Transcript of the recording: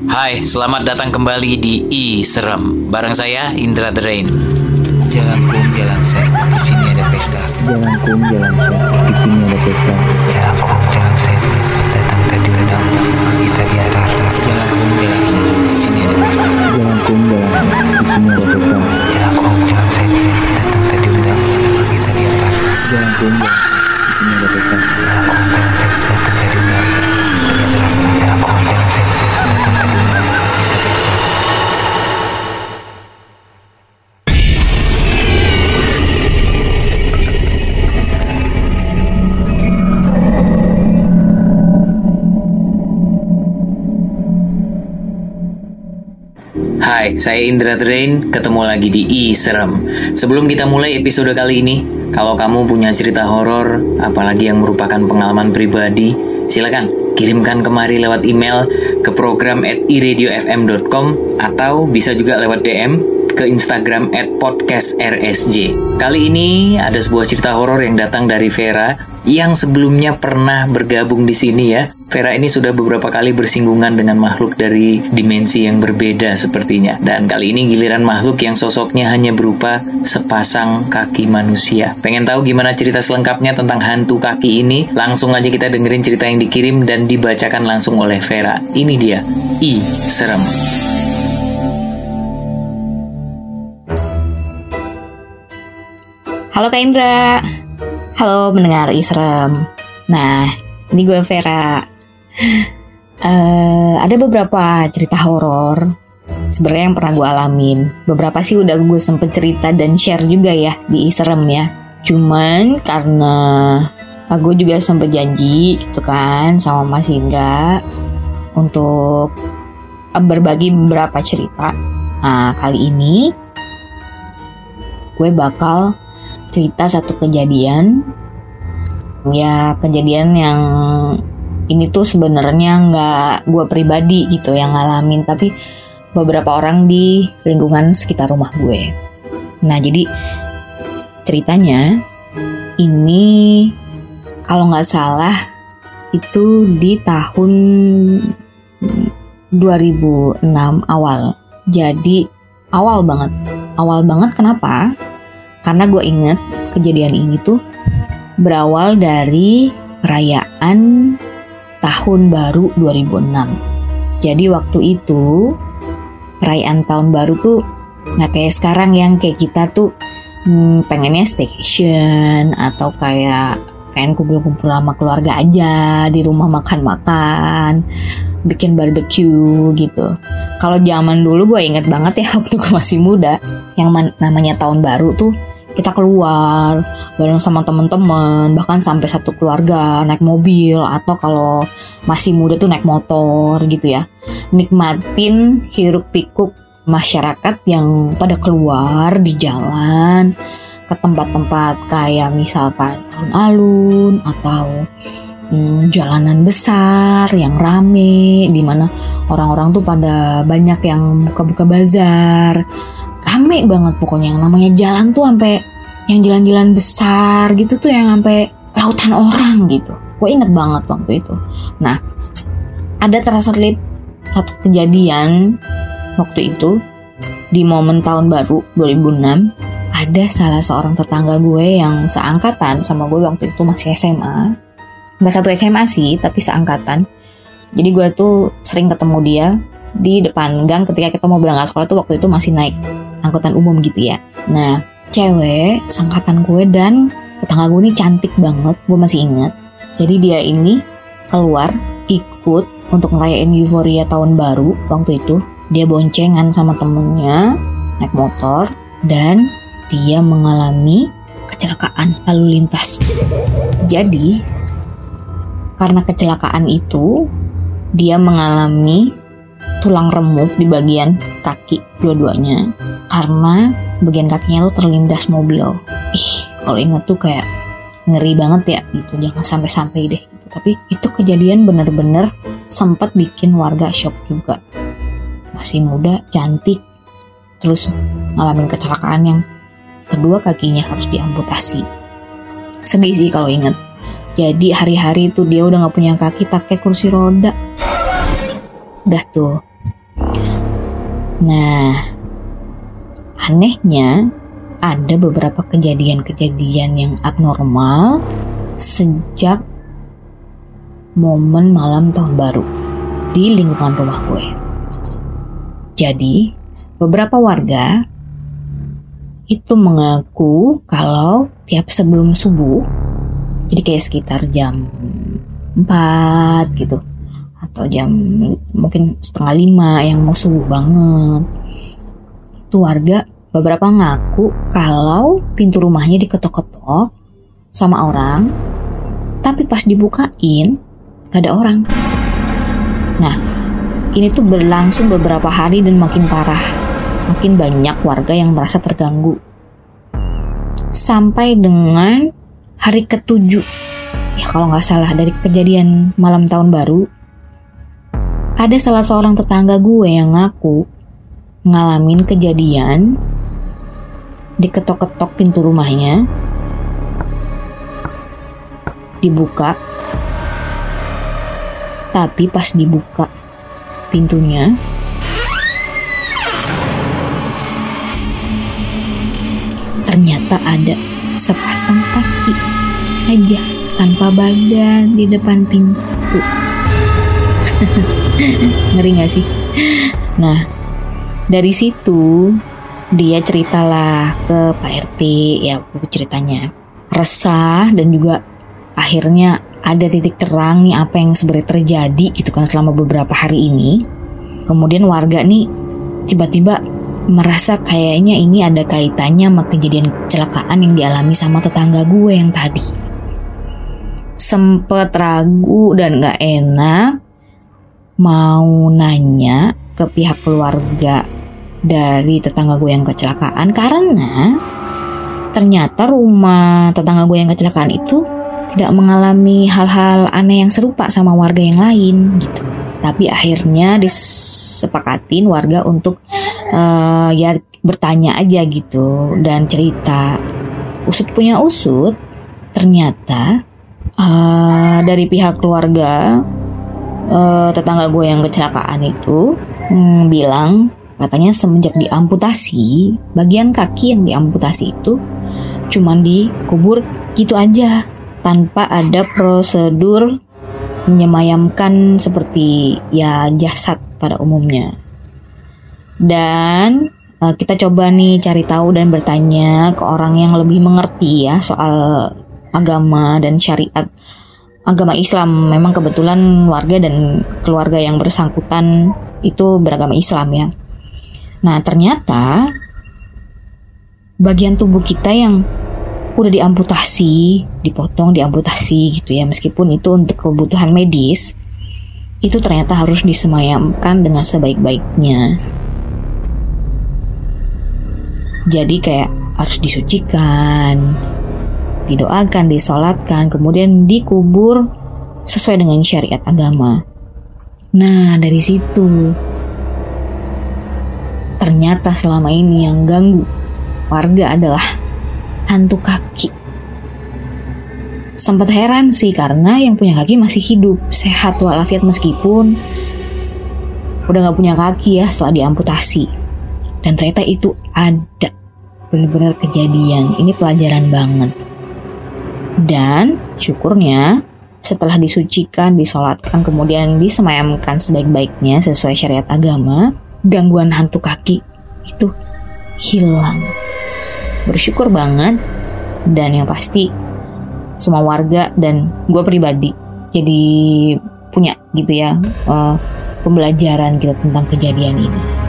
Hai, selamat datang kembali di Serem. Bareng saya Indra The Rain. Jalan kum, jalan set, di sini ada pesta. Jalan kum, jalan set, di sini ada pesta. Jalan kum, jalan set, datang tadi ladang, kita di atas. Jalan kum, jalan set, di sini ada pesta. Jalan kum, jalan set, di sini ada pesta. Jalan kum, jalan set, datang tadi ladang, kita di atas. Jalan kum, jalan set, di sini ada pesta. Jalan kum, jalan set, datang tadi ladang, kita di atas. Jalan kum, jalan set, datang tadi ladang. Hai, saya Indra The Rain, ketemu lagi di Serem. Sebelum kita mulai episode kali ini, kalau kamu punya cerita horor, apalagi yang merupakan pengalaman pribadi, silakan kirimkan kemari lewat email ke program@iradiofm.com atau bisa juga lewat DM ke Instagram @podcastrsj. Kali ini ada sebuah cerita horor yang datang dari Vera yang sebelumnya pernah bergabung di sini ya. Vera ini sudah beberapa kali bersinggungan dengan makhluk dari dimensi yang berbeda sepertinya. Dan kali ini giliran makhluk yang sosoknya hanya berupa sepasang kaki manusia. Pengen tahu gimana cerita selengkapnya tentang hantu kaki ini? Langsung aja kita dengerin cerita yang dikirim dan dibacakan langsung oleh Vera. Ini dia, Serem. Halo Kak Indra. Halo mendengar Serem. Nah, ini gue Vera. Ada beberapa cerita horor sebenarnya yang pernah gue alamin. Beberapa sih udah gue sempet cerita dan share juga ya di Serem ya. Cuman karena gue juga sempet janji gitu kan sama Mas Indra untuk berbagi beberapa cerita. Nah, kali ini gue bakal cerita satu kejadian. Ya, kejadian yang ini tuh sebenarnya nggak gue pribadi gitu yang ngalamin, tapi beberapa orang di lingkungan sekitar rumah gue. Nah, jadi ceritanya ini kalau nggak salah itu di tahun 2006 awal. Jadi awal banget kenapa? Karena gue inget kejadian ini tuh berawal dari perayaan tahun baru 2006. Jadi waktu itu perayaan tahun baru tuh gak kayak sekarang yang kayak kita tuh pengennya staycation atau kayak kumpul-kumpul sama keluarga aja di rumah makan-makan, bikin barbecue gitu. Kalau zaman dulu gue inget banget ya waktu gue masih muda, yang namanya tahun baru tuh kita keluar bareng sama temen-temen, bahkan sampai satu keluarga naik mobil atau kalau masih muda tuh naik motor gitu ya. Nikmatin hiruk pikuk masyarakat yang pada keluar di jalan ke tempat-tempat kayak misalkan alun-alun atau jalanan besar yang rame, di mana orang-orang tuh pada banyak yang buka-buka bazar. Rame banget pokoknya, yang namanya jalan tuh sampai yang jalan-jalan besar gitu tuh yang sampai lautan orang gitu. Gue inget banget waktu itu. Nah, ada terselip satu kejadian waktu itu di momen tahun baru 2006. Ada salah seorang tetangga gue yang seangkatan sama gue waktu itu masih SMA. Nggak satu SMA sih, tapi seangkatan. Jadi gue tuh sering ketemu dia di depan gang ketika kita mau berangkat sekolah tuh waktu itu masih naik angkutan umum gitu ya. Nah, cewek seangkatan gue dan tetangga gue ini cantik banget, gue masih ingat. Jadi dia ini keluar ikut untuk ngerayain euforia tahun baru waktu itu. Dia boncengan sama temennya naik motor dan dia mengalami kecelakaan lalu lintas. Jadi karena kecelakaan itu dia mengalami tulang remuk di bagian kaki dua-duanya karena bagian kakinya tuh terlindas mobil. Kalau inget tuh kayak ngeri banget ya gitu, jangan sampai-sampai deh gitu. Tapi itu kejadian bener-bener sempat bikin warga shock juga. Masih muda, cantik, terus ngalamin kecelakaan yang kedua kakinya harus diamputasi. Sedih sih kalau inget. Jadi hari-hari itu dia udah gak punya kaki, pakai kursi roda. Udah tuh Nah, anehnya ada beberapa kejadian-kejadian yang abnormal sejak momen malam tahun baru di lingkungan rumah gue. Jadi, beberapa warga itu mengaku kalau tiap sebelum subuh, jadi kayak sekitar jam 4 gitu, atau jam mungkin 4:30 yang mau subuh banget, itu warga beberapa ngaku kalau pintu rumahnya diketok-ketok sama orang, tapi pas dibukain gak ada orang. Nah, ini tuh berlangsung beberapa hari dan makin parah. Makin banyak warga yang merasa terganggu. Sampai dengan hari ke-7, ya kalau gak salah, dari kejadian malam tahun baru, ada salah seorang tetangga gue yang ngaku ngalamin kejadian diketok-ketok pintu rumahnya, dibuka, tapi pas dibuka pintunya, ternyata ada sepasang kaki aja tanpa badan di depan pintu. Ngeri gak sih? Nah, dari situ dia ceritalah ke Pak RT, ya ceritanya resah, dan juga akhirnya ada titik terang nih apa yang sebenarnya terjadi gitu kan selama beberapa hari ini. Kemudian warga nih tiba-tiba merasa kayaknya ini ada kaitannya sama kejadian kecelakaan yang dialami sama tetangga gue yang tadi. Sempet ragu dan gak enak mau nanya ke pihak keluarga dari tetangga gue yang kecelakaan, karena ternyata rumah tetangga gue yang kecelakaan itu tidak mengalami hal-hal aneh yang serupa sama warga yang lain gitu. Tapi akhirnya disepakatin warga untuk ya bertanya aja gitu dan cerita. Usut punya usut, ternyata dari pihak keluarga tetangga gue yang kecelakaan itu bilang katanya semenjak diamputasi, bagian kaki yang diamputasi itu cuman dikubur gitu aja, tanpa ada prosedur menyemayamkan seperti ya jasad pada umumnya. Dan kita coba nih cari tahu dan bertanya ke orang yang lebih mengerti ya soal agama dan syariat agama Islam. Memang kebetulan warga dan keluarga yang bersangkutan itu beragama Islam ya. Nah, ternyata bagian tubuh kita yang udah diamputasi, dipotong, diamputasi gitu ya, meskipun itu untuk kebutuhan medis, itu ternyata harus disemayamkan dengan sebaik-baiknya. Jadi kayak harus disucikan, didoakan, disolatkan, kemudian dikubur sesuai dengan syariat agama. Nah, dari situ ternyata selama ini yang ganggu warga adalah hantu kaki. Sempat heran sih karena yang punya kaki masih hidup, sehat walafiat meskipun udah gak punya kaki ya setelah diamputasi. Dan ternyata itu ada, benar-benar kejadian. Ini pelajaran banget. Dan syukurnya setelah disucikan, disolatkan, kemudian disemayamkan sebaik-baiknya sesuai syariat agama, gangguan hantu kaki itu hilang. Bersyukur banget. Dan yang pasti semua warga dan gue pribadi jadi punya gitu ya pembelajaran gitu tentang kejadian ini.